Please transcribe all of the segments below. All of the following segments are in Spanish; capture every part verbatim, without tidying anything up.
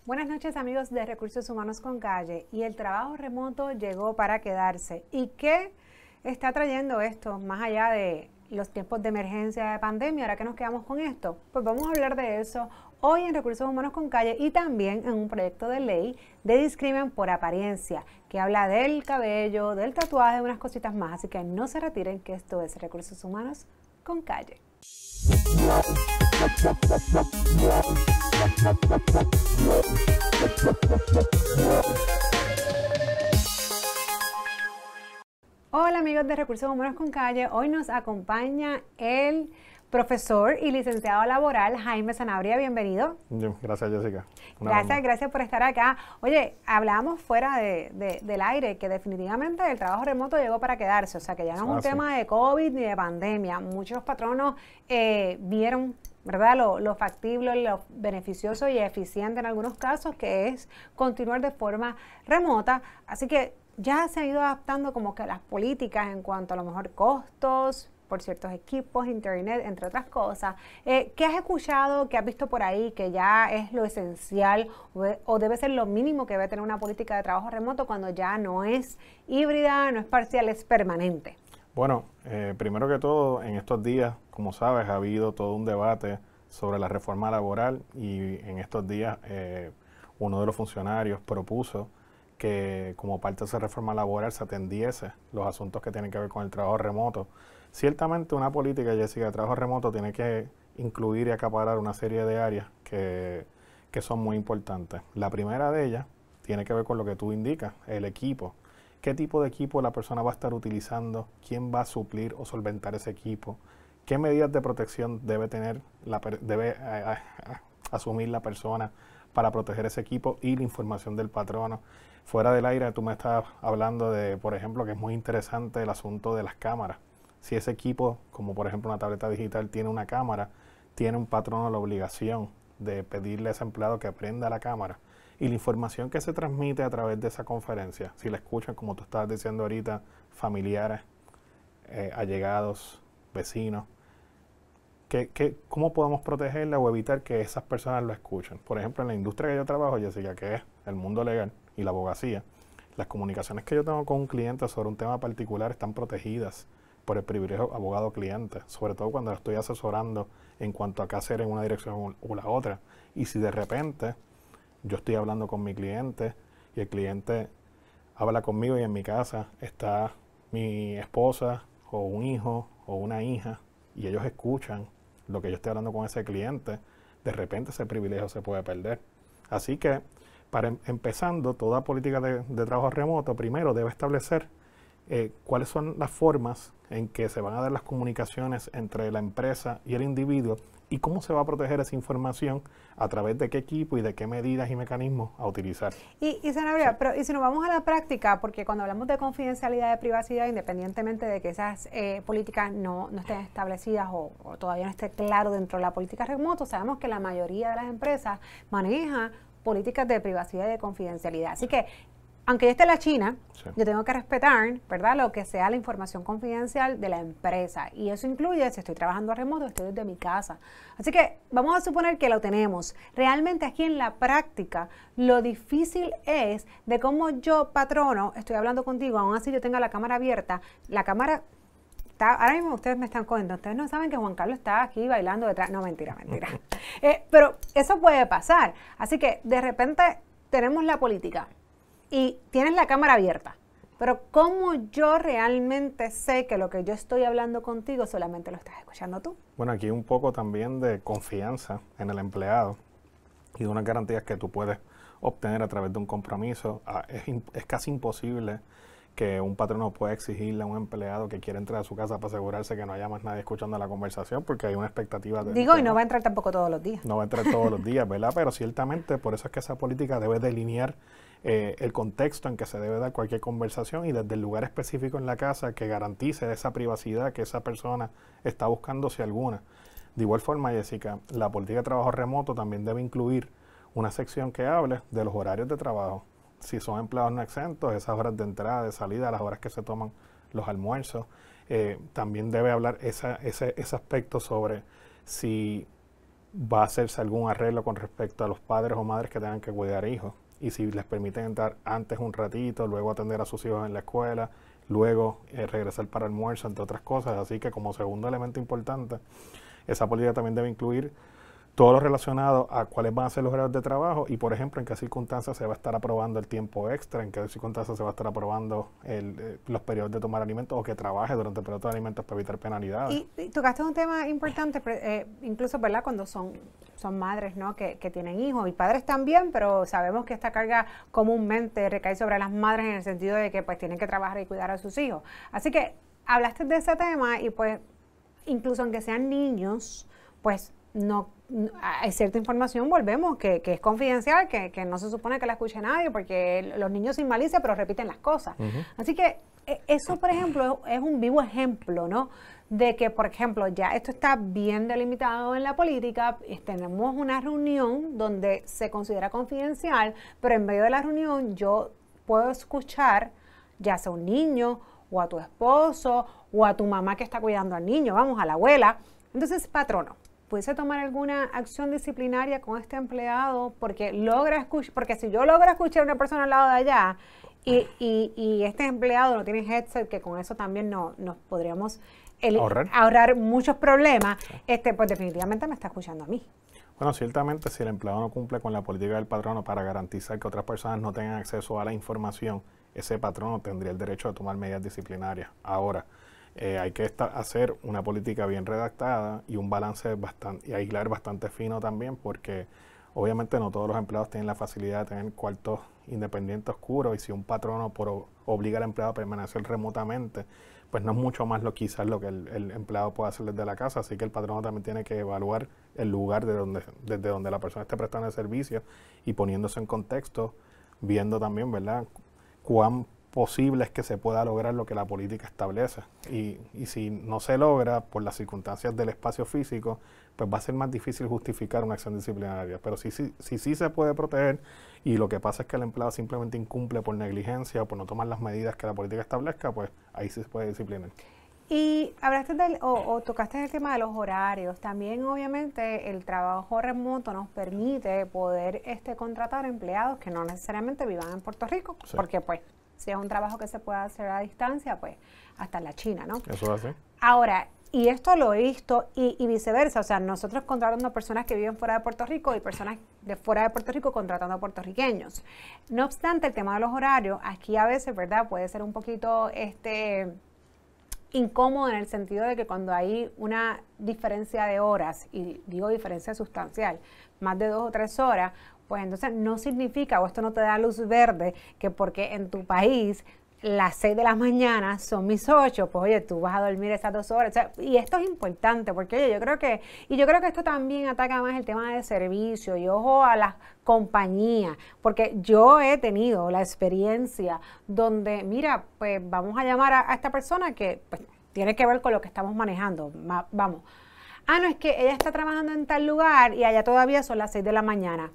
Buenas noches, amigos de Recursos Humanos con Calle. Y el trabajo remoto llegó para quedarse. ¿Y qué está trayendo esto más allá de los tiempos de emergencia de pandemia? Ahora que nos quedamos con esto, pues vamos a hablar de eso hoy en Recursos Humanos con Calle y también en un proyecto de ley de discriminación por apariencia que habla del cabello, del tatuaje, unas cositas más. Así que no se retiren, que esto es Recursos Humanos con Calle. Hola amigos de Recursos Humanos con Calle, hoy nos acompaña el profesor y licenciado laboral Jaime Sanabria, bienvenido. Gracias, Jessica. Una gracias, banda. gracias por estar acá. Oye, hablábamos fuera de, de, del aire que definitivamente el trabajo remoto llegó para quedarse, o sea que ya no es un Ah, sí. tema de COVID ni de pandemia. Muchos patronos eh, vieron, ¿verdad?, lo, lo factible, lo beneficioso y eficiente en algunos casos, que es continuar de forma remota. Así que ya se han ido adaptando como que las políticas en cuanto a lo mejor costos por ciertos equipos, internet, entre otras cosas. Eh, ¿Qué has escuchado, qué has visto por ahí que ya es lo esencial o, o debe ser lo mínimo que debe tener una política de trabajo remoto cuando ya no es híbrida, no es parcial, es permanente? Bueno, eh, primero que todo, en estos días, como sabes, ha habido todo un debate sobre la reforma laboral y en estos días eh, uno de los funcionarios propuso que como parte de esa reforma laboral se atendiese los asuntos que tienen que ver con el trabajo remoto. Ciertamente una política, Jessica, de trabajo remoto tiene que incluir y acaparar una serie de áreas que, que son muy importantes. La primera de ellas tiene que ver con lo que tú indicas, el equipo. ¿Qué tipo de equipo la persona va a estar utilizando? ¿Quién va a suplir o solventar ese equipo? ¿Qué medidas de protección debe tener, la, debe a, a, a, asumir la persona para proteger ese equipo y la información del patrono? Fuera del aire, tú me estás hablando de, por ejemplo, que es muy interesante el asunto de las cámaras. Si ese equipo, como por ejemplo una tableta digital, tiene una cámara, tiene un patrono la obligación de pedirle a ese empleado que prenda la cámara. Y la información que se transmite a través de esa conferencia, si la escuchan, como tú estabas diciendo ahorita, familiares, eh, allegados, vecinos, ¿qué, qué, ¿cómo podemos protegerla o evitar que esas personas lo escuchen? Por ejemplo, en la industria que yo trabajo, Jessica, que es el mundo legal y la abogacía, las comunicaciones que yo tengo con un cliente sobre un tema particular están protegidas por el privilegio abogado-cliente, sobre todo cuando estoy asesorando en cuanto a qué hacer en una dirección o la otra. Y si de repente yo estoy hablando con mi cliente y el cliente habla conmigo y en mi casa está mi esposa o un hijo o una hija y ellos escuchan lo que yo estoy hablando con ese cliente, de repente ese privilegio se puede perder. Así que, para em empezando, toda política de, de trabajo remoto primero debe establecer eh, cuáles son las formas en que se van a dar las comunicaciones entre la empresa y el individuo y cómo se va a proteger esa información, a través de qué equipo y de qué medidas y mecanismos a utilizar. Y, y Sanabria, Sí. pero y si nos vamos a la práctica, porque cuando hablamos de confidencialidad de privacidad, independientemente de que esas eh, políticas no, no estén establecidas o, o todavía no esté claro dentro de la política remoto, sabemos que la mayoría de las empresas maneja políticas de privacidad y de confidencialidad. Así que, aunque yo esté en la China, sí, yo tengo que respetar, ¿verdad?, lo que sea la información confidencial de la empresa. Y eso incluye, si estoy trabajando a remoto, estoy desde mi casa. Así que vamos a suponer que lo tenemos. Realmente aquí en la práctica, lo difícil es de cómo yo, patrono, estoy hablando contigo, aún así yo tenga la cámara abierta, la cámara está, ahora mismo ustedes me están contando, ustedes no saben que Juan Carlos está aquí bailando detrás. No, mentira, mentira. eh, pero eso puede pasar. Así que de repente tenemos la política y tienes la cámara abierta, pero ¿cómo yo realmente sé que lo que yo estoy hablando contigo solamente lo estás escuchando tú? Bueno, aquí un poco también de confianza en el empleado y de unas garantías que tú puedes obtener a través de un compromiso. Ah, es, es casi imposible que un patrono pueda exigirle a un empleado que quiera entrar a su casa para asegurarse que no haya más nadie escuchando la conversación, porque hay una expectativa de... Digo, y no va a entrar tampoco todos los días. No va a entrar todos los días, ¿verdad? Pero ciertamente por eso es que esa política debe delinear eh, el contexto en que se debe dar cualquier conversación y desde el lugar específico en la casa que garantice esa privacidad que esa persona está buscando, si alguna. De igual forma, Jessica, la política de trabajo remoto también debe incluir una sección que hable de los horarios de trabajo. Si son empleados no exentos, esas horas de entrada, de salida, las horas que se toman los almuerzos. Eh, también debe hablar esa, ese, ese aspecto sobre si va a hacerse algún arreglo con respecto a los padres o madres que tengan que cuidar hijos. Y si les permiten entrar antes un ratito, luego atender a sus hijos en la escuela, luego eh, regresar para almuerzo, entre otras cosas. Así que como segundo elemento importante, esa política también debe incluir todo lo relacionado a cuáles van a ser los horarios de trabajo y, por ejemplo, en qué circunstancias se va a estar aprobando el tiempo extra, en qué circunstancias se va a estar aprobando el, eh, los periodos de tomar alimentos o que trabaje durante el periodo de alimentos para evitar penalidades. Y, y tocaste un tema importante, eh, incluso, ¿verdad?, cuando son, son madres, ¿no?, que, que tienen hijos y padres también, pero sabemos que esta carga comúnmente recae sobre las madres en el sentido de que pues tienen que trabajar y cuidar a sus hijos. Así que hablaste de ese tema y pues incluso aunque sean niños, pues no hay cierta información, volvemos, que, que es confidencial, que, que no se supone que la escuche nadie, porque los niños sin malicia, pero repiten las cosas. Uh-huh. Así que eso, por ejemplo, es un vivo ejemplo, ¿no?, de que, por ejemplo, ya esto está bien delimitado en la política, tenemos una reunión donde se considera confidencial, pero en medio de la reunión yo puedo escuchar ya sea un niño, o a tu esposo, o a tu mamá que está cuidando al niño, vamos, a la abuela. Entonces, patrono, ¿pudiese tomar alguna acción disciplinaria con este empleado? Porque logra escuchar, porque si yo logro escuchar a una persona al lado de allá y, y, y este empleado no tiene headset, que con eso también no, nos podríamos el, ahorrar. ahorrar muchos problemas, sí. este, pues definitivamente me está escuchando a mí. Bueno, ciertamente si el empleado no cumple con la política del patrono para garantizar que otras personas no tengan acceso a la información, ese patrono tendría el derecho a tomar medidas disciplinarias. Ahora, Eh, hay que esta, hacer una política bien redactada y un balance bastante, y aislar bastante fino también, porque obviamente no todos los empleados tienen la facilidad de tener cuartos independientes oscuros, y si un patrono por, obliga al empleado a permanecer remotamente, pues no es mucho más lo quizás lo que el, el empleado puede hacer desde la casa, así que el patrono también tiene que evaluar el lugar de donde, desde donde la persona esté prestando el servicio y poniéndose en contexto, viendo también, ¿verdad?, cuán posible es que se pueda lograr lo que la política establece. Y, y si no se logra por las circunstancias del espacio físico, pues va a ser más difícil justificar una acción disciplinaria. Pero si sí si, si, si se puede proteger y lo que pasa es que el empleado simplemente incumple por negligencia o por no tomar las medidas que la política establezca, pues ahí sí se puede disciplinar. Y hablaste del, o, o tocaste el tema de los horarios. También, obviamente, el trabajo remoto nos permite poder este, contratar empleados que no necesariamente vivan en Puerto Rico, sí. porque pues si es un trabajo que se puede hacer a distancia, pues hasta en la China, ¿no? Eso es así. Ahora, y esto lo he visto y, y viceversa, o sea, nosotros contratando personas que viven fuera de Puerto Rico y personas de fuera de Puerto Rico contratando a puertorriqueños. No obstante, el tema de los horarios, aquí a veces, ¿verdad?, puede ser un poquito este incómodo en el sentido de que cuando hay una diferencia de horas, y digo diferencia sustancial, más de dos o tres horas, pues entonces no significa, o esto no te da luz verde, que porque en tu país las seis de la mañana son mis ocho, pues oye, tú vas a dormir esas dos horas. O sea, y esto es importante, porque oye, yo creo que, y yo creo que esto también ataca más el tema de servicio, y ojo a las compañías, porque yo he tenido la experiencia donde, mira, pues vamos a llamar a, a esta persona que pues, tiene que ver con lo que estamos manejando, Ma, vamos. Ah, no, es que ella está trabajando en tal lugar y allá todavía son las seis de la mañana.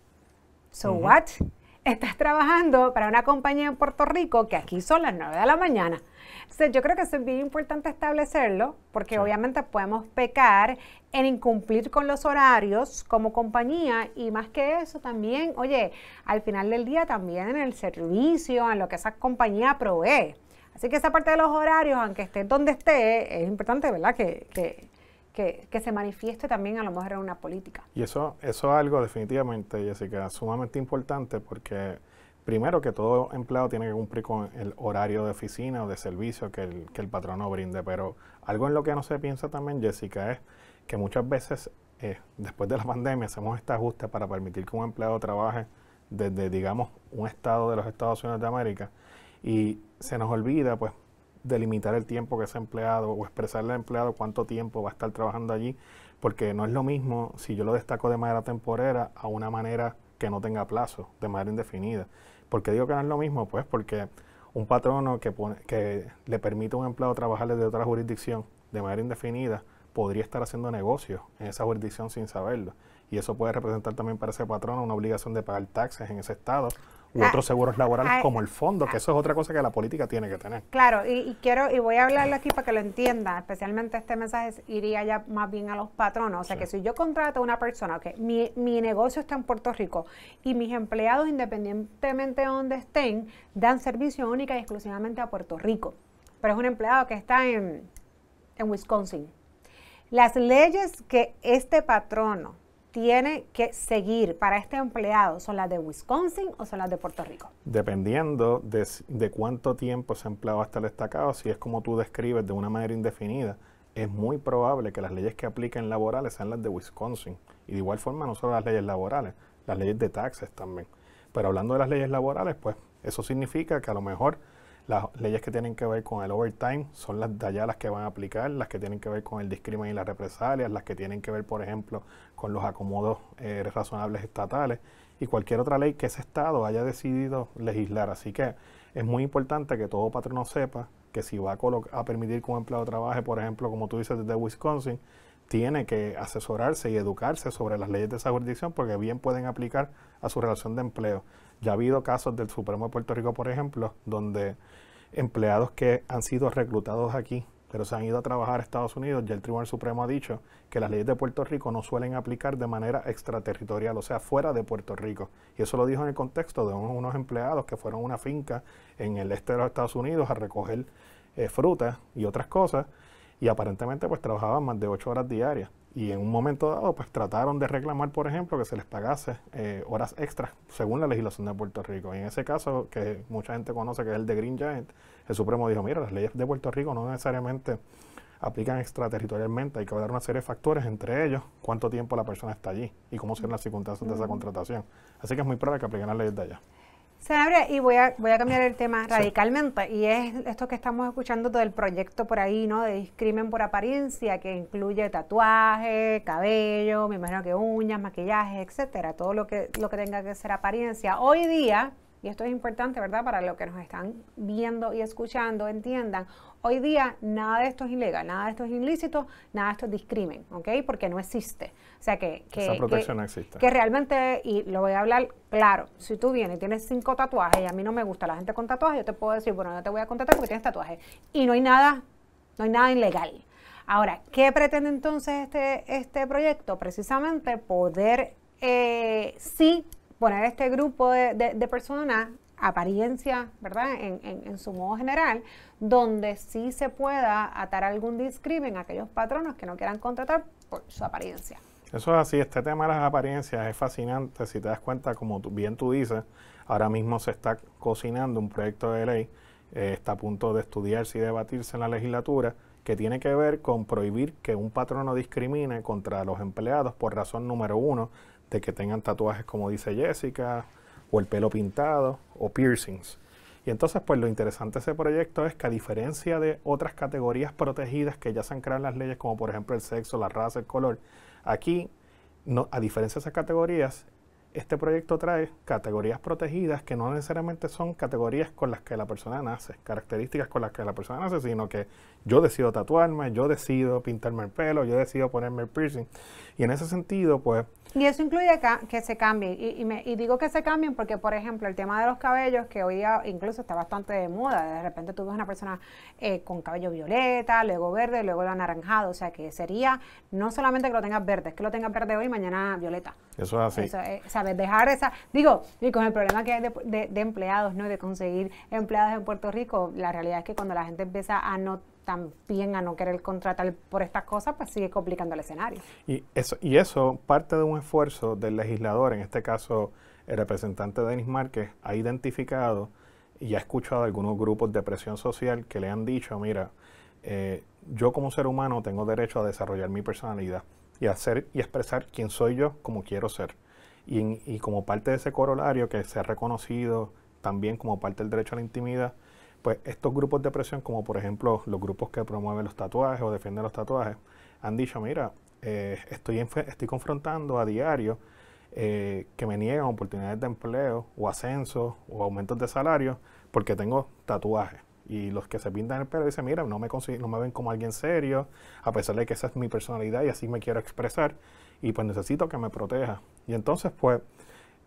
So uh-huh. what? Estás trabajando para una compañía en Puerto Rico que aquí son las nueve de la mañana. Entonces, yo creo que es bien importante establecerlo, porque sí. obviamente podemos pecar en incumplir con los horarios como compañía, y más que eso también, oye, al final del día también en el servicio, en lo que esa compañía provee. Así que esa parte de los horarios, aunque esté donde esté, es importante, ¿verdad?, que... que Que, que se manifieste también a lo mejor en una política. Y eso, eso es algo definitivamente, Jessica, sumamente importante, porque primero que todo empleado tiene que cumplir con el horario de oficina o de servicio que el, que el patrono brinde, pero algo en lo que no se piensa también, Jessica, es que muchas veces eh, después de la pandemia hacemos este ajuste para permitir que un empleado trabaje desde, digamos, un estado de los Estados Unidos de América, y se nos olvida, pues, delimitar el tiempo que ese empleado o expresarle al empleado cuánto tiempo va a estar trabajando allí, porque no es lo mismo si yo lo destaco de manera temporera a una manera que no tenga plazo, de manera indefinida. ¿Por qué digo que no es lo mismo? Pues porque un patrono que, pone, que le permite a un empleado trabajar desde otra jurisdicción de manera indefinida podría estar haciendo negocios en esa jurisdicción sin saberlo, y eso puede representar también para ese patrono una obligación de pagar taxes en ese estado u ah, otros seguros laborales ah, como el fondo, que ah, eso es otra cosa que la política tiene que tener. Claro, y, y quiero, y voy a hablarlo aquí para que lo entiendan, especialmente este mensaje iría ya más bien a los patronos, o sea Sí. que si yo contrato a una persona, que okay, mi, mi negocio está en Puerto Rico y mis empleados, independientemente de donde estén, dan servicio única y exclusivamente a Puerto Rico, pero es un empleado que está en, en Wisconsin. Las leyes que este patrono tiene que seguir para este empleado, ¿son las de Wisconsin o son las de Puerto Rico? Dependiendo de, de cuánto tiempo ese empleado va a estar destacado, si es como tú describes de una manera indefinida, es muy probable que las leyes que apliquen laborales sean las de Wisconsin. Y de igual forma no solo las leyes laborales, las leyes de taxes también. Pero hablando de las leyes laborales, pues eso significa que a lo mejor las leyes que tienen que ver con el overtime son las de allá las que van a aplicar, las que tienen que ver con el discrimen y las represalias, las que tienen que ver, por ejemplo, con los acomodos eh, razonables estatales y cualquier otra ley que ese estado haya decidido legislar. Así que es muy importante que todo patrono sepa que si va a, a permitir que un empleado trabaje, por ejemplo, como tú dices, desde Wisconsin, tiene que asesorarse y educarse sobre las leyes de esa jurisdicción porque bien pueden aplicar a su relación de empleo. Ya ha habido casos del Supremo de Puerto Rico, por ejemplo, donde empleados que han sido reclutados aquí, pero se han ido a trabajar a Estados Unidos, ya el Tribunal Supremo ha dicho que las leyes de Puerto Rico no suelen aplicar de manera extraterritorial, o sea, fuera de Puerto Rico. Y eso lo dijo en el contexto de unos, unos empleados que fueron a una finca en el este de los Estados Unidos a recoger eh, frutas y otras cosas, y aparentemente pues trabajaban más de ocho horas diarias. Y en un momento dado pues trataron de reclamar, por ejemplo, que se les pagase eh, horas extras según la legislación de Puerto Rico. Y en ese caso, que mucha gente conoce que es el de Green Giant, el Supremo dijo, mira, las leyes de Puerto Rico no necesariamente aplican extraterritorialmente, hay que dar una serie de factores, entre ellos cuánto tiempo la persona está allí y cómo son las circunstancias de esa contratación. Así que es muy probable que apliquen las leyes de allá. Senadora, y voy a, voy a cambiar el tema radicalmente, sí. Y es esto que estamos escuchando del proyecto por ahí, ¿no? De discrimen por apariencia, que incluye tatuaje, cabello, me imagino que uñas, maquillaje, etcétera, todo lo que, lo que tenga que ser apariencia. Hoy día, y esto es importante, ¿verdad? Para los que nos están viendo y escuchando, entiendan, hoy día nada de esto es ilegal, nada de esto es ilícito, nada de esto es discrimen, ¿ok? Porque no existe. O sea que... que Esa protección que, no existe. Que realmente, y lo voy a hablar claro, si tú vienes y tienes cinco tatuajes y a mí no me gusta la gente con tatuajes, yo te puedo decir, bueno, no te voy a contratar porque tienes tatuajes. Y no hay nada, no hay nada ilegal. Ahora, ¿qué pretende entonces este, este proyecto? Precisamente poder, eh, sí, poner este grupo de, de, de personas, apariencia, ¿verdad?, en, en, en su modo general, donde sí se pueda atar algún discrimen a aquellos patronos que no quieran contratar por su apariencia. Eso es así, este tema de las apariencias es fascinante, si te das cuenta, como tú, bien tú dices, ahora mismo se está cocinando un proyecto de ley, eh, está a punto de estudiarse y debatirse en la legislatura, que tiene que ver con prohibir que un patrono discrimine contra los empleados por razón número uno, de que tengan tatuajes como dice Jessica, o el pelo pintado, o piercings. Y entonces, pues lo interesante de ese proyecto es que a diferencia de otras categorías protegidas que ya se han creado en las leyes, como por ejemplo el sexo, la raza, el color, aquí, no, a diferencia de esas categorías, este proyecto trae categorías protegidas que no necesariamente son categorías con las que la persona nace, características con las que la persona nace, sino que yo decido tatuarme, yo decido pintarme el pelo, yo decido ponerme el piercing. Y en ese sentido, pues... Y eso incluye ca que se cambien. Y, y, me, y digo que se cambien porque, por ejemplo, el tema de los cabellos, que hoy día incluso está bastante de moda. De repente tú ves una persona eh, con cabello violeta, luego verde, luego lo anaranjado. O sea, que sería no solamente que lo tengas verde, es que lo tengas verde hoy y mañana violeta. Eso es así. Eso, eh, ¿sabes? Dejar esa... Digo, y con el problema que hay de, de, de empleados, ¿no? De conseguir empleados en Puerto Rico, la realidad es que cuando la gente empieza a no también a no querer contratar por estas cosas, pues sigue complicando el escenario. Y eso, y eso parte de un esfuerzo del legislador, en este caso el representante Denis Márquez, ha identificado y ha escuchado a algunos grupos de presión social que le han dicho, mira, eh, yo como ser humano tengo derecho a desarrollar mi personalidad y a hacer y expresar quién soy yo como quiero ser. Y, en, y como parte de ese corolario que se ha reconocido también como parte del derecho a la intimidad, pues estos grupos de presión, como por ejemplo los grupos que promueven los tatuajes o defienden los tatuajes, han dicho, mira, eh, estoy, estoy confrontando a diario eh, que me niegan oportunidades de empleo o ascensos o aumentos de salario porque tengo tatuajes. Y los que se pintan el pelo dicen, mira, no me, no me ven como alguien serio, a pesar de que esa es mi personalidad y así me quiero expresar, y pues necesito que me proteja. Y entonces, pues,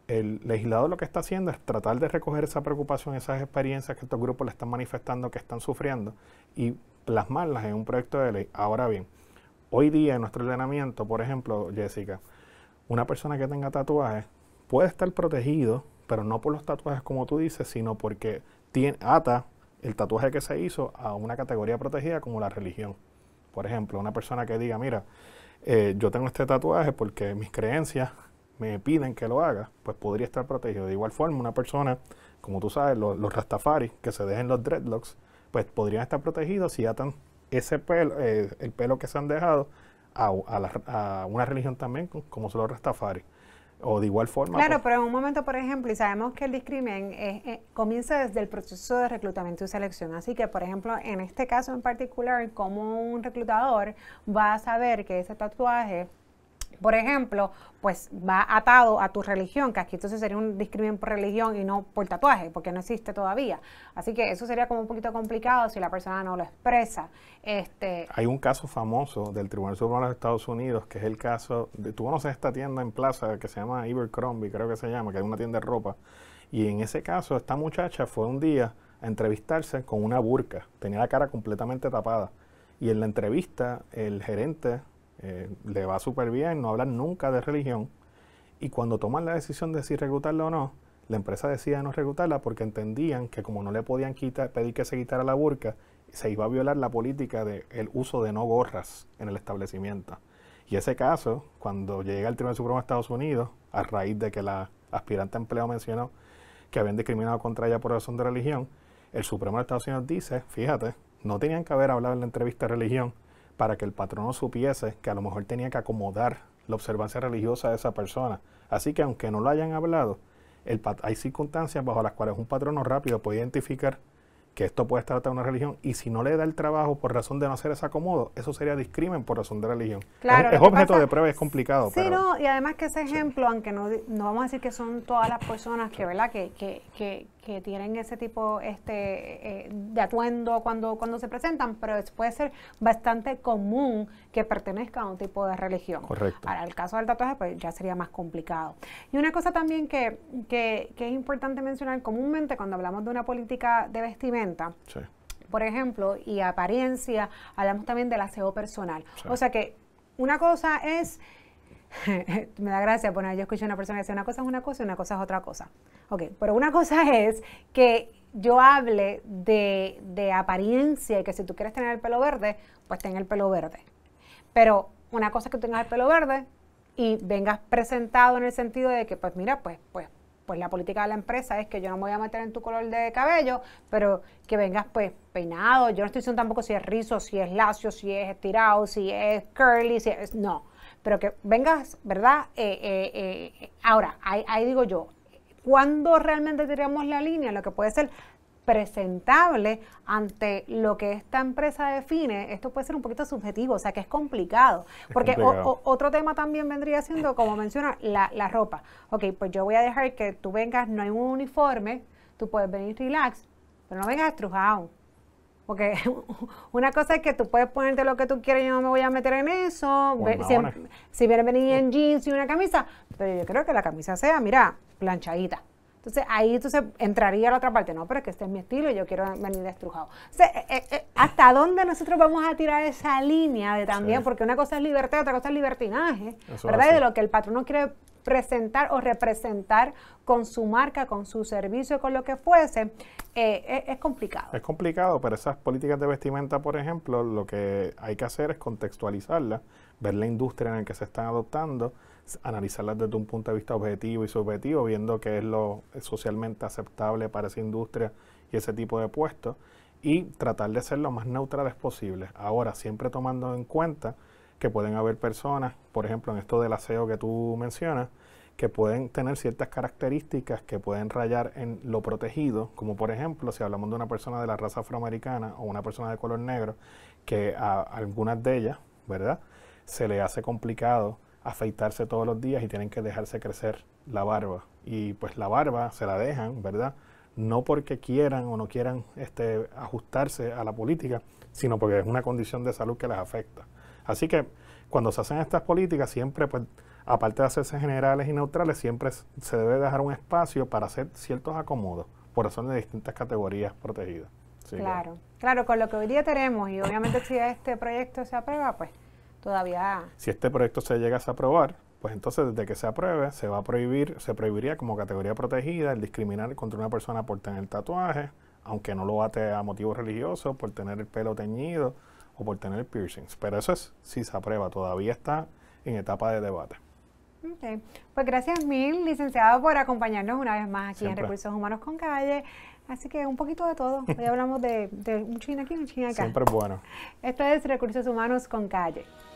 el legislador lo que está haciendo es tratar de recoger esa preocupación, esas experiencias que estos grupos le están manifestando, que están sufriendo, y plasmarlas en un proyecto de ley. Ahora bien, hoy día en nuestro ordenamiento, por ejemplo, Jessica, una persona que tenga tatuajes puede estar protegido, pero no por los tatuajes como tú dices, sino porque tiene, ata el tatuaje que se hizo a una categoría protegida como la religión. Por ejemplo, una persona que diga, mira, eh, yo tengo este tatuaje porque mis creencias me piden que lo haga, pues podría estar protegido. De igual forma, una persona, como tú sabes, los, los Rastafari, que se dejen los dreadlocks, pues podrían estar protegidos si atan ese pelo, eh, el pelo que se han dejado a, a, la, a una religión también, como son los Rastafari. O de igual forma. Claro, pues, pero en un momento, por ejemplo, y sabemos que el discrimen eh, eh, comienza desde el proceso de reclutamiento y selección. Así que, por ejemplo, en este caso en particular, como un reclutador va a saber que ese tatuaje, por ejemplo, pues va atado a tu religión, que aquí entonces sería un discrimen por religión y no por tatuaje, porque no existe todavía. Así que eso sería como un poquito complicado si la persona no lo expresa. Este, Hay un caso famoso del Tribunal Supremo de los Estados Unidos, que es el caso, de, tú conoces esta tienda en Plaza que se llama Abercrombie, creo que se llama, que es una tienda de ropa. Y en ese caso, esta muchacha fue un día a entrevistarse con una burka, tenía la cara completamente tapada. Y en la entrevista, el gerente eh, le va súper bien, no hablan nunca de religión. Y cuando toman la decisión de si reclutarla o no, la empresa decide no reclutarla porque entendían que como no le podían quitar, pedir que se quitara la burka, se iba a violar la política del uso de no gorras en el establecimiento. Y ese caso, cuando llega al Tribunal Supremo de Estados Unidos, a raíz de que la aspirante a empleo mencionó que habían discriminado contra ella por razón de religión, el Supremo de Estados Unidos dice, fíjate, no tenían que haber hablado en la entrevista de religión para que el patrono supiese que a lo mejor tenía que acomodar la observancia religiosa de esa persona. Así que aunque no lo hayan hablado, el hay circunstancias bajo las cuales un patrono rápido puede identificar que esto puede estar atado a una religión, y si no le da el trabajo por razón de no hacer ese acomodo, eso sería discrimen por razón de religión. Claro, es es objeto pasa, de prueba, es complicado. Sí, pero, no, y además que ese ejemplo, sí. aunque no, no vamos a decir que son todas las personas que, ¿verdad? que, que, que, que tienen ese tipo este, eh, de atuendo cuando, cuando se presentan, pero puede ser bastante común que pertenezca a un tipo de religión. Correcto. Ahora, el caso del tatuaje, pues ya sería más complicado. Y una cosa también que, que, que es importante mencionar, comúnmente cuando hablamos de una política de vestimenta, sí. por ejemplo, y apariencia, hablamos también del aseo personal. Sí. O sea que una cosa es, me da gracia, bueno, yo escuché a una persona que dice una cosa es una cosa y una cosa es otra cosa. Ok, pero una cosa es que yo hable de, de apariencia y que si tú quieres tener el pelo verde, pues ten el pelo verde. Pero una cosa es que tengas el pelo verde y vengas presentado en el sentido de que, pues mira, pues, pues, pues la política de la empresa es que yo no me voy a meter en tu color de cabello, pero que vengas pues peinado. Yo no estoy diciendo tampoco si es rizo, si es lacio, si es estirado, si es curly, si es... No, pero que vengas, ¿verdad? Eh, eh, eh, ahora, ahí, ahí digo yo, ¿cuándo realmente tiramos la línea? Lo que puede ser presentable ante lo que esta empresa define, esto puede ser un poquito subjetivo, o sea que es complicado, porque es complicado. O, o, otro tema también vendría siendo, como menciona, la, la ropa. Ok, pues yo voy a dejar que tú vengas, no hay un uniforme, tú puedes venir relax, pero no vengas estrujado, porque una cosa es que tú puedes ponerte lo que tú quieras, yo no me voy a meter en eso, si, si vienes venir en jeans y una camisa, pero yo creo que la camisa sea, mira, planchadita. Entonces, ahí entonces entraría la otra parte. No, pero es que este es mi estilo y yo quiero venir estrujado. O sea, eh, eh, ¿hasta dónde nosotros vamos a tirar esa línea de también? Sí. Porque una cosa es libertad, otra cosa es libertinaje, eso ¿verdad? Y de lo que el patrono quiere presentar o representar con su marca, con su servicio, con lo que fuese, eh, es, es complicado. Es complicado, pero esas políticas de vestimenta, por ejemplo, lo que hay que hacer es contextualizarlas, ver la industria en la que se están adoptando, analizarlas desde un punto de vista objetivo y subjetivo, viendo qué es lo socialmente aceptable para esa industria y ese tipo de puestos, y tratar de ser lo más neutrales posible. Ahora, siempre tomando en cuenta que pueden haber personas, por ejemplo, en esto del aseo que tú mencionas, que pueden tener ciertas características que pueden rayar en lo protegido, como por ejemplo, si hablamos de una persona de la raza afroamericana o una persona de color negro, que a algunas de ellas, ¿verdad?, se le hace complicado afeitarse todos los días y tienen que dejarse crecer la barba. Y pues la barba se la dejan, ¿verdad?, no porque quieran o no quieran este, ajustarse a la política, sino porque es una condición de salud que les afecta. Así que cuando se hacen estas políticas siempre pues aparte de hacerse generales y neutrales, siempre se debe dejar un espacio para hacer ciertos acomodos por razones de distintas categorías protegidas. Sí, claro, claro, con lo que hoy día tenemos y obviamente si este proyecto se aprueba, pues todavía... Si este proyecto se llega a aprobar, pues entonces desde que se apruebe se va a prohibir, se prohibiría como categoría protegida el discriminar contra una persona por tener tatuajes, aunque no lo ate a motivos religiosos, por tener el pelo teñido o por tener piercings. Pero eso es si se aprueba, todavía está en etapa de debate. Ok, pues gracias mil, licenciado, por acompañarnos una vez más aquí Siempre. en Recursos Humanos con Calle. Así que un poquito de todo. Hoy hablamos de, de un chin aquí, un chin acá. Siempre es bueno. Esto es Recursos Humanos con Calle.